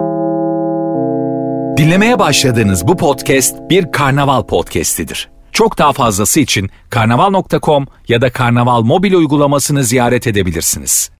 Dinlemeye başladığınız bu podcast bir Karnaval podcastidir. Çok daha fazlası için karnaval.com ya da Karnaval mobil uygulamasını ziyaret edebilirsiniz.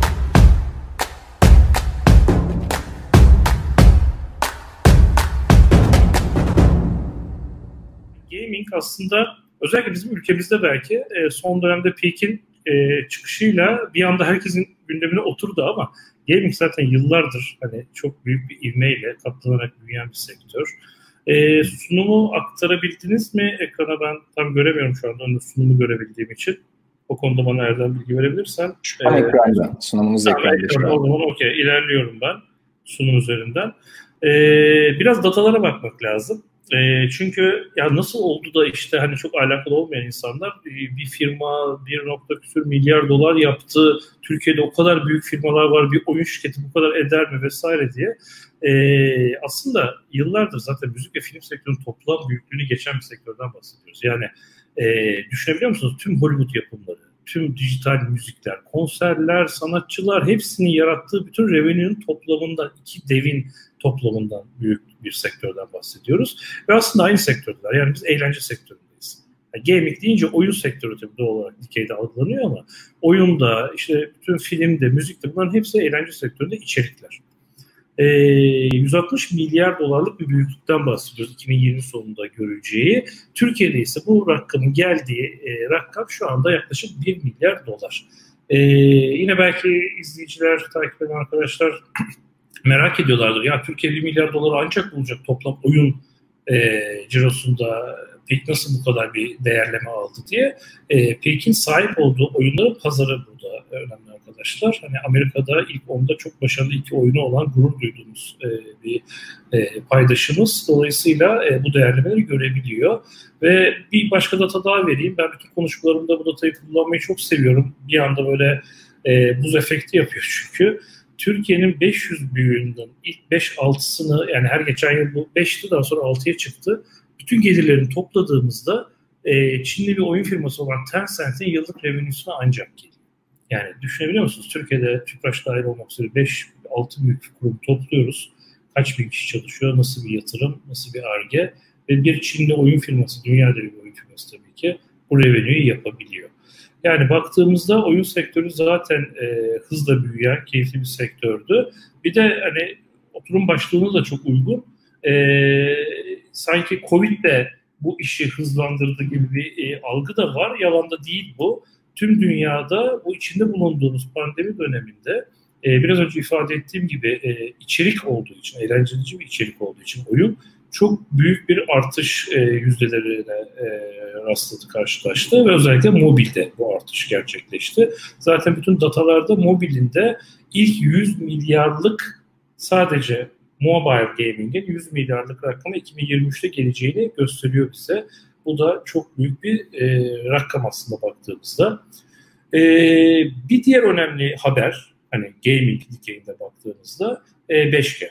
Gaming aslında özellikle bizim ülkemizde belki son dönemde peak'in çıkışıyla bir anda herkesin gündemine oturdu ama gaming zaten yıllardır hani çok büyük bir ivmeyle katlanarak büyüyen bir sektör. Sunumu aktarabildiniz mi ekrana? Ben tam göremiyorum şu anda onu, sunumu görebildiğim için. O konuda bana nereden bilgi verebilirsen. Şu an ekranda. Sunumunuz ekranda. O zaman okey. İlerliyorum ben sunum üzerinden. Biraz datalara bakmak lazım. Çünkü ya nasıl oldu da işte hani çok alakalı olmayan insanlar bir firma 1 milyar dolar yaptı. Türkiye'de o kadar büyük firmalar var. Bir oyun şirketi bu kadar eder mi vesaire diye. Aslında yıllardır zaten müzik ve film sektörünün toplam büyüklüğünü geçen bir sektörden bahsediyoruz. Yani düşünebiliyor musunuz? Tüm Hollywood yapımları, tüm dijital müzikler, konserler, sanatçılar hepsinin yarattığı bütün revenue'nin toplamından, iki devin toplamından büyük bir sektörden bahsediyoruz. Ve aslında aynı sektördeler. Yani biz eğlence sektöründeyiz. Yani gaming deyince oyun sektörü tabii doğal olarak dikeyde algılanıyor ama oyunda, işte bütün filmde, müzikte bunların hepsi eğlence sektöründe içerikler. 160 milyar dolarlık bir büyüklükten bahsediyoruz 2020 sonunda görüleceği. Türkiye'de ise bu rakamın geldiği rakam şu anda yaklaşık 1 milyar dolar. Yine belki izleyiciler, takip eden arkadaşlar merak ediyorlardır. Ya Türkiye 1 milyar doları ancak bulacak toplam oyun cirosunda. Peki nasıl bu kadar bir değerleme aldı diye. Peak'in sahip olduğu oyunların pazarı burada önemli arkadaşlar. Hani Amerika'da ilk 10'da çok başarılı 2 oyunu olan gurur duyduğumuz bir paydaşımız. Dolayısıyla bu değerlemeleri görebiliyor. Ve bir başka data daha vereyim. Ben bütün konuşmalarımda bu datayı kullanmayı çok seviyorum. Bir anda böyle buz efekti yapıyor çünkü. Türkiye'nin 500 büyüğünden ilk 5-6'sını, yani her geçen yıl bu 5'ti, daha sonra 6'ya çıktı. Bütün gelirlerini topladığımızda Çinli bir oyun firması olan Tencent'in yıllık revenue'suna ancak geliyor. Yani düşünebiliyor musunuz? Türkiye'de TÜPRAŞ dahil olmak üzere 5-6 büyük kurum topluyoruz. Kaç bin kişi çalışıyor, nasıl bir yatırım, nasıl bir Ar-Ge ve bir Çinli oyun firması, dünya devi bir oyun firması tabii ki bu revenue'yu yapabiliyor. Yani baktığımızda oyun sektörü zaten hızla büyüyen, keyifli bir sektördü. Bir de hani oturum başlığına da çok uygun. Sanki Covid de bu işi hızlandırdı gibi bir algı da var. Yalan da değil bu. Tüm dünyada bu içinde bulunduğumuz pandemi döneminde biraz önce ifade ettiğim gibi içerik olduğu için, eğlenceli bir içerik olduğu için oyun çok büyük bir artış yüzdelerine rastladı, karşılaştı ve özellikle mobilde bu artış gerçekleşti. Zaten bütün datalarda mobilinde ilk 100 milyarlık sadece mobile gaming'in 100 milyarlık rakamı 2023'te geleceğini gösteriyor bize. Bu da çok büyük bir rakam aslında baktığımızda. Bir diğer önemli haber, hani gaming dikeyinde baktığımızda 5G.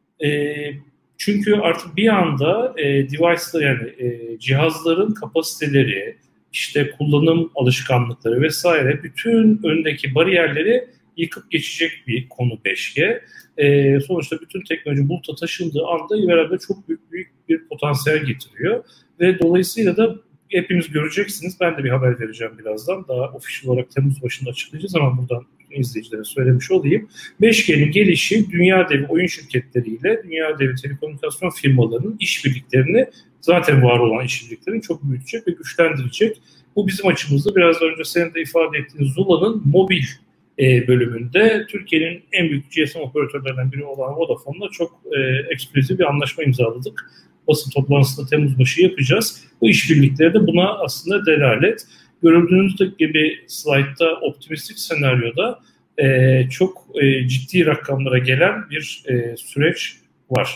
Çünkü artık bir anda device'lar, yani cihazların kapasiteleri, işte kullanım alışkanlıkları vesaire bütün öndeki bariyerleri yıkıp geçecek bir konu 5G. Sonuçta bütün teknoloji buluta taşındığı anda beraber çok büyük bir potansiyel getiriyor. Ve dolayısıyla da hepiniz göreceksiniz. Ben de bir haber vereceğim birazdan. Daha official olarak Temmuz başında açıklayacağız ama buradan izleyicilere söylemiş olayım. 5G'nin gelişi dünya devi oyun şirketleriyle dünya devi telekomünikasyon firmalarının işbirliklerini, zaten var olan işbirliklerini çok büyütecek ve güçlendirecek. Bu bizim açımızda biraz önce senin de ifade ettiğin Zula'nın mobil bölümünde Türkiye'nin en büyük GSM operatörlerinden biri olan Vodafone'la çok ekskluzif bir anlaşma imzaladık. Basın toplantısında Temmuz başı yapacağız. Bu işbirlikleri de buna aslında delalet. Görüldüğünüz gibi slaytta optimistik senaryoda çok ciddi rakamlara gelen bir süreç var.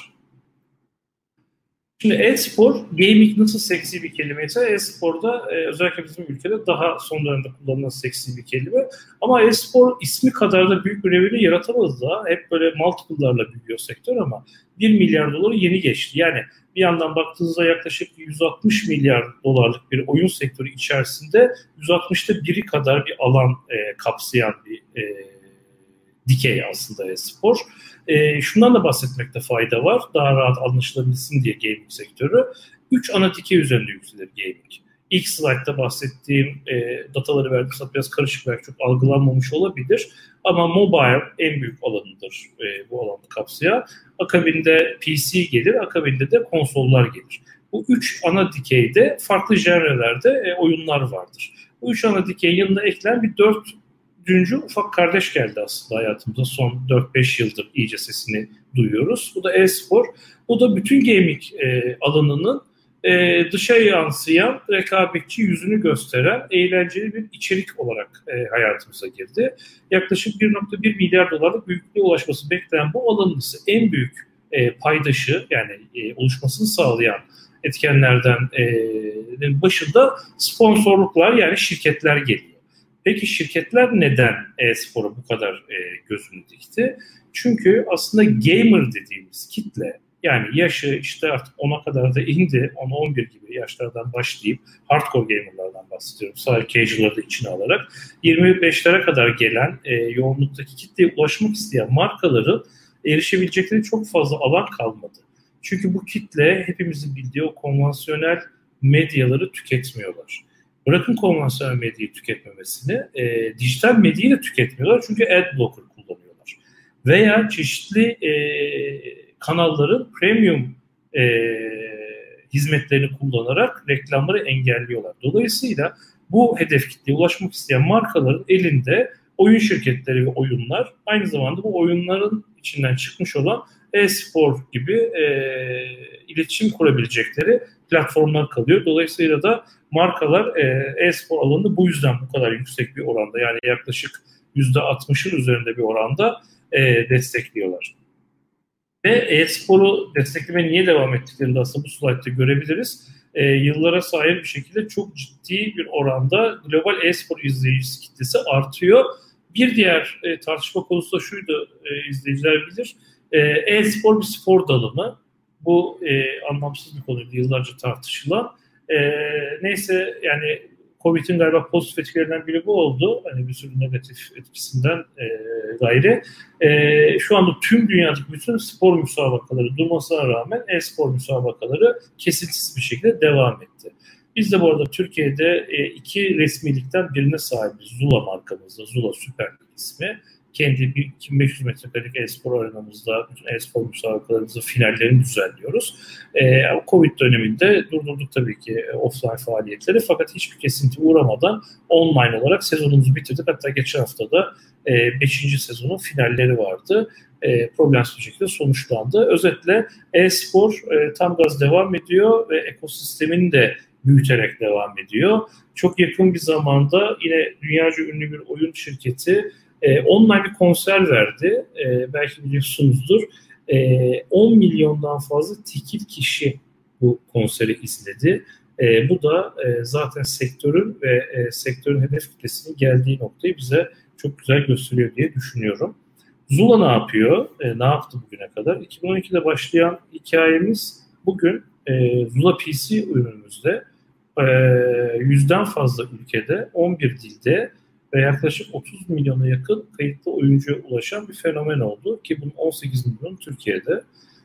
Şimdi e-spor, gaming nasıl seksi bir kelime ise e-sporda özellikle bizim ülkede daha son dönemde kullanılan seksi bir kelime. Ama e-spor ismi kadar da büyük bir revenue yaratamadı da. Hep böyle multiple'larla büyüyor sektör ama 1 milyar doları yeni geçti. Yani bir yandan baktığınızda yaklaşık 160 milyar dolarlık bir oyun sektörü içerisinde 160'ta biri kadar bir alan kapsayan bir dikey aslında e-spor. Şundan da bahsetmekte fayda var. Daha rahat anlaşılabilsin diye gaming sektörü. 3 ana dikey üzerinde yükselir gaming. İlk slaytta bahsettiğim dataları verdiğim biraz karışık belki çok algılanmamış olabilir. Ama mobile en büyük alanıdır bu alanı kapsayan. Akabinde PC gelir, akabinde de konsollar gelir. Bu 3 ana dikeyde farklı jenrelerde oyunlar vardır. Bu 3 ana dikeyin yanına eklenen bir 4. ufak kardeş geldi aslında hayatımıza. Son 4-5 yıldır iyice sesini duyuyoruz. Bu da e-spor. Bu da bütün gaming alanının dışa yansıyan, rekabetçi yüzünü gösteren eğlenceli bir içerik olarak hayatımıza girdi. Yaklaşık 1.1 milyar dolarlık büyüklüğe ulaşması beklenen bu alanın ise en büyük paydaşı, yani oluşmasını sağlayan etkenlerden başında sponsorluklar, yani şirketler geliyor. Peki şirketler neden e-spora bu kadar gözünü dikti? Çünkü aslında gamer dediğimiz kitle, yani yaşı işte artık 10'a kadar da indi, 10-11 gibi yaşlardan başlayıp hardcore gamerlardan bahsediyorum. Sadece casual'ları da içine alarak 25'lere kadar gelen yoğunluktaki kitleye ulaşmak isteyen markaların erişebilecekleri çok fazla alan kalmadı. Çünkü bu kitle hepimizin bildiği o konvansiyonel medyaları tüketmiyorlar. Bırakın konvansiyonel medyayı tüketmemesini, dijital medyayı da tüketmiyorlar çünkü adblocker kullanıyorlar. Veya çeşitli kanalların premium hizmetlerini kullanarak reklamları engelliyorlar. Dolayısıyla bu hedef kitleye ulaşmak isteyen markaların elinde oyun şirketleri ve oyunlar, aynı zamanda bu oyunların içinden çıkmış olan e-spor gibi iletişim kurabilecekleri platformlar kalıyor. Dolayısıyla da markalar e-spor alanını bu yüzden bu kadar yüksek bir oranda, yani yaklaşık %60'ın üzerinde bir oranda destekliyorlar. Ve e-sporu desteklemeye niye devam ettiklerini de aslında bu slaytta görebiliriz. Yıllara sahip bir şekilde çok ciddi bir oranda global e-spor izleyicisi kitlesi artıyor. Bir diğer tartışma konusu da şuydu, izleyiciler bilir. E-spor bir spor dalı mı? Bu anlamsız bir konuydu, yıllarca tartışılan. Neyse, yani Covid'in galiba pozitif etkilerinden biri bu oldu. Hani bir sürü negatif etkisinden gayri. Şu anda tüm dünyadaki bütün spor müsabakaları durmasına rağmen e-spor müsabakaları kesintisiz bir şekilde devam etti. Biz de bu arada Türkiye'de 2 resmilikten birine sahibiz. Zula markamızda, Zula Süper Lig ismi. Kendi 2500 metrekarelik e-spor arenamızda bütün e-spor müsabakalarımızın finallerini düzenliyoruz. Covid döneminde durdurduk tabii ki offline faaliyetleri, fakat hiçbir kesinti uğramadan online olarak sezonumuzu bitirdik. Hatta geçen hafta da 5. sezonun finalleri vardı. Problemsiz bir şekilde sonuçlandı. Özetle e-spor tam gaz devam ediyor ve ekosistemini de büyüterek devam ediyor. Çok yakın bir zamanda yine dünyaca ünlü bir oyun şirketi online bir konser verdi. Belki biliyorsunuzdur. 10 milyondan fazla tekil kişi bu konseri izledi. Bu da zaten sektörün ve sektörün hedef kitlesinin geldiği noktayı bize çok güzel gösteriyor diye düşünüyorum. Zula ne yapıyor? Ne yaptı bugüne kadar? 2012'de başlayan hikayemiz bugün Zula PC ürünümüzde 100'den fazla ülkede, 11 dilde ve yaklaşık 30 milyona yakın kayıtlı oyuncuya ulaşan bir fenomen oldu ki bunun 18 milyonu Türkiye'de.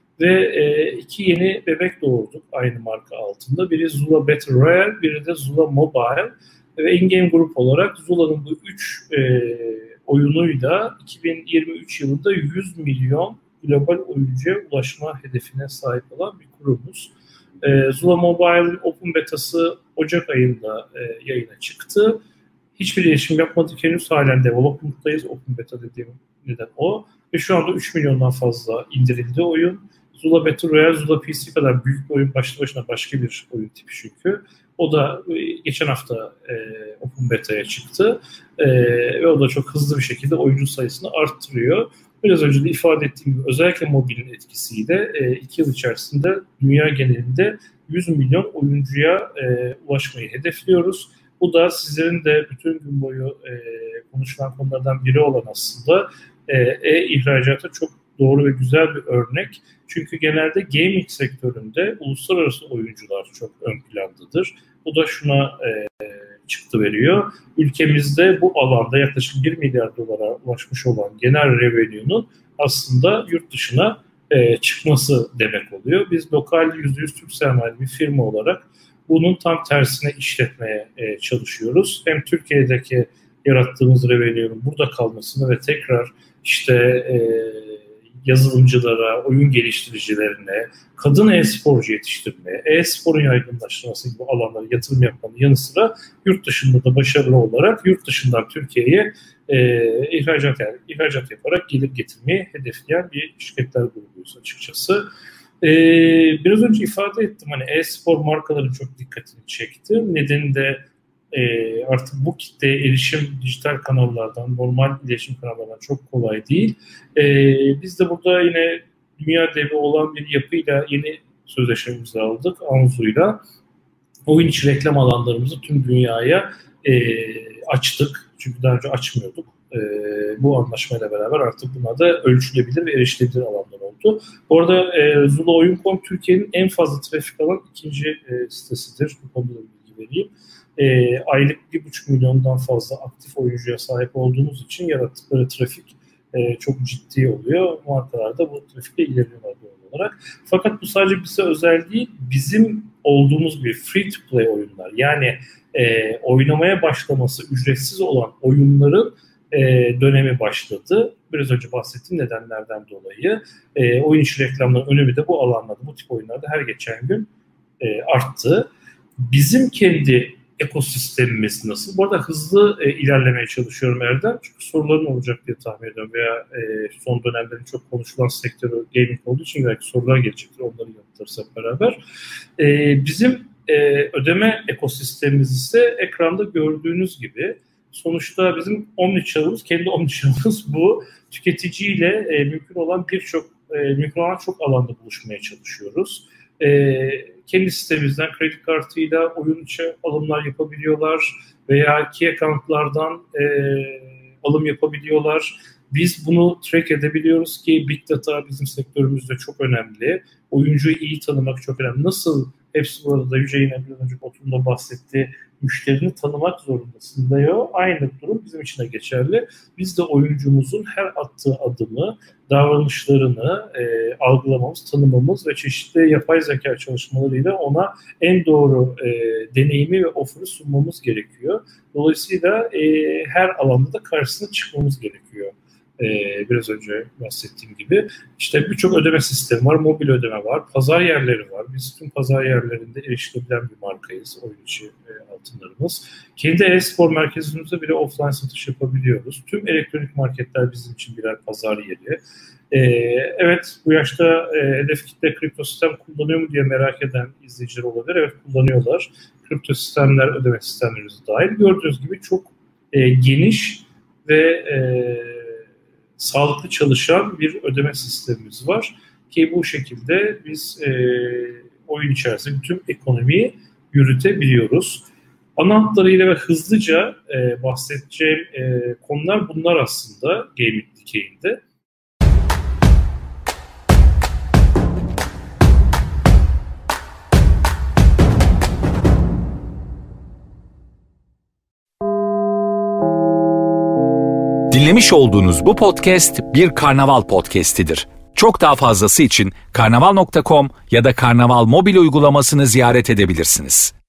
Ve 2 yeni bebek doğurduk aynı marka altında. Biri Zula Battle Royale, biri de Zula Mobile. Ve in-game grup olarak Zula'nın bu 3 oyunuyla 2023 yılında 100 milyon global oyuncuya ulaşma hedefine sahip olan bir kurumuz. Zula Mobile Open Beta'sı Ocak ayında yayına çıktı. Hiçbir değişim yapmadık henüz, halen development'tayız. Open Beta dediğim neden o. Ve şu anda 3 milyondan fazla indirildi oyun. Zula Battle Royale, Zula PC kadar büyük bir oyun, başlı başına başka bir oyun tipi çünkü. O da geçen hafta Open Beta'ya çıktı. Ve o da çok hızlı bir şekilde oyuncu sayısını arttırıyor. Biraz önce de ifade ettiğim gibi özellikle mobilin etkisiyle 2 yıl içerisinde dünya genelinde 100 milyon oyuncuya ulaşmayı hedefliyoruz. Bu da sizlerin de bütün gün boyu konuşulan konulardan biri olan aslında ihracata çok doğru ve güzel bir örnek. Çünkü genelde gaming sektöründe uluslararası oyuncular çok ön plandadır. Bu da şuna çıktı veriyor. Ülkemizde bu alanda yaklaşık 1 milyar dolara ulaşmış olan genel revenue'nun aslında yurt dışına çıkması demek oluyor. Biz lokal %100 Türk sermayeli bir firma olarak bunun tam tersine işletmeye çalışıyoruz. Hem Türkiye'deki yarattığımız revenue'nun burada kalmasını ve tekrar işte yazılımcılara, oyun geliştiricilerine, kadın e-sporcu yetiştirmeye, e-sporun yaygınlaştırması gibi alanlara yatırım yapmanın yanı sıra yurt dışında da başarılı olarak yurt dışından Türkiye'ye ihracat yaparak gelir getirmeyi hedefleyen bir şirketler grubuyuz açıkçası. Biraz önce ifade ettim, hani e-spor markaları çok dikkatini çekti. Nedeni de artık bu kitleye erişim dijital kanallardan, normal iletişim kanallarından çok kolay değil. Biz de burada yine dünya devi olan bir yapıyla yeni sözleşmemizi aldık Anzu'yla. Oyun içi reklam alanlarımızı tüm dünyaya açtık. Çünkü daha önce açmıyorduk. Bu anlaşmayla beraber artık bunlar da ölçülebilir ve erişilebilir alanlar oldu. Bu arada Zula.oyun.com Türkiye'nin en fazla trafik alan ikinci sitesidir. Bu konuda bilgi vereyim. Aylık 1,5 milyondan fazla aktif oyuncuya sahip olduğumuz için yarattıkları trafik çok ciddi oluyor. Markalar da bu trafikle ilgileniyorlar doğal olarak. Fakat bu sadece bize özel değil, bizim olduğumuz gibi free to play oyunlar, yani oynamaya başlaması ücretsiz olan oyunların dönemi başladı. Biraz önce bahsettiğim nedenlerden dolayı oyun içi reklamların önemi de bu alanlarda, bu tip oyunlarda her geçen gün arttı. Bizim kendi ekosistemimiz nasıl? Bu arada hızlı ilerlemeye çalışıyorum Erdem. Çünkü soruların olacak diye tahmin ediyorum. Veya son dönemlerin çok konuşulan sektörü gaming olduğu için belki sorular gelecektir. Onları yanıtlarız hep beraber. Bizim ödeme ekosistemimiz ise ekranda gördüğünüz gibi. Sonuçta bizim omnichannel'ımız, kendi omnichannel'ımız bu. Tüketiciyle mümkün olan çok alanda buluşmaya çalışıyoruz. Kendi sitemizden kredi kartıyla oyun içi alımlar yapabiliyorlar veya key account'lardan alım yapabiliyorlar. Biz bunu track edebiliyoruz ki Big Data bizim sektörümüzde çok önemli. Oyuncuyu iyi tanımak çok önemli. Nasıl hepsi bu arada Yüce yine biraz önce oturumda bahsetti, müşterini tanımak zorundasın diyor. Aynı durum bizim için de geçerli. Biz de oyuncumuzun her attığı adımı, davranışlarını algılamamız, tanımamız ve çeşitli yapay zeka çalışmalarıyla ona en doğru deneyimi ve offer'ı sunmamız gerekiyor. Dolayısıyla her alanda da karşısına çıkmamız gerekiyor. Biraz önce bahsettiğim gibi. İşte birçok ödeme sistemi var, mobil ödeme var, pazar yerleri var. Biz tüm pazar yerlerinde erişilebilen bir markayız, oyun içi altınlarımız. Kendi e-spor merkezimizde bile offline satış yapabiliyoruz. Tüm elektronik marketler bizim için birer pazar yeri. Evet, bu yaşta hedef kitle kripto sistem kullanıyor mu diye merak eden izleyiciler olabilir. Evet, kullanıyorlar. Kripto sistemler, ödeme sistemlerimiz dahil. Gördüğünüz gibi çok geniş ve sağlıklı çalışan bir ödeme sistemimiz var ki bu şekilde biz oyun içerisinde tüm ekonomiyi yürütebiliyoruz. Ana hatlarıyla ve hızlıca bahsedeceğim konular bunlar aslında gaming dikeyinde. Dinlemiş olduğunuz bu podcast bir Karnaval podcastidir. Çok daha fazlası için karnaval.com ya da Karnaval mobil uygulamasını ziyaret edebilirsiniz.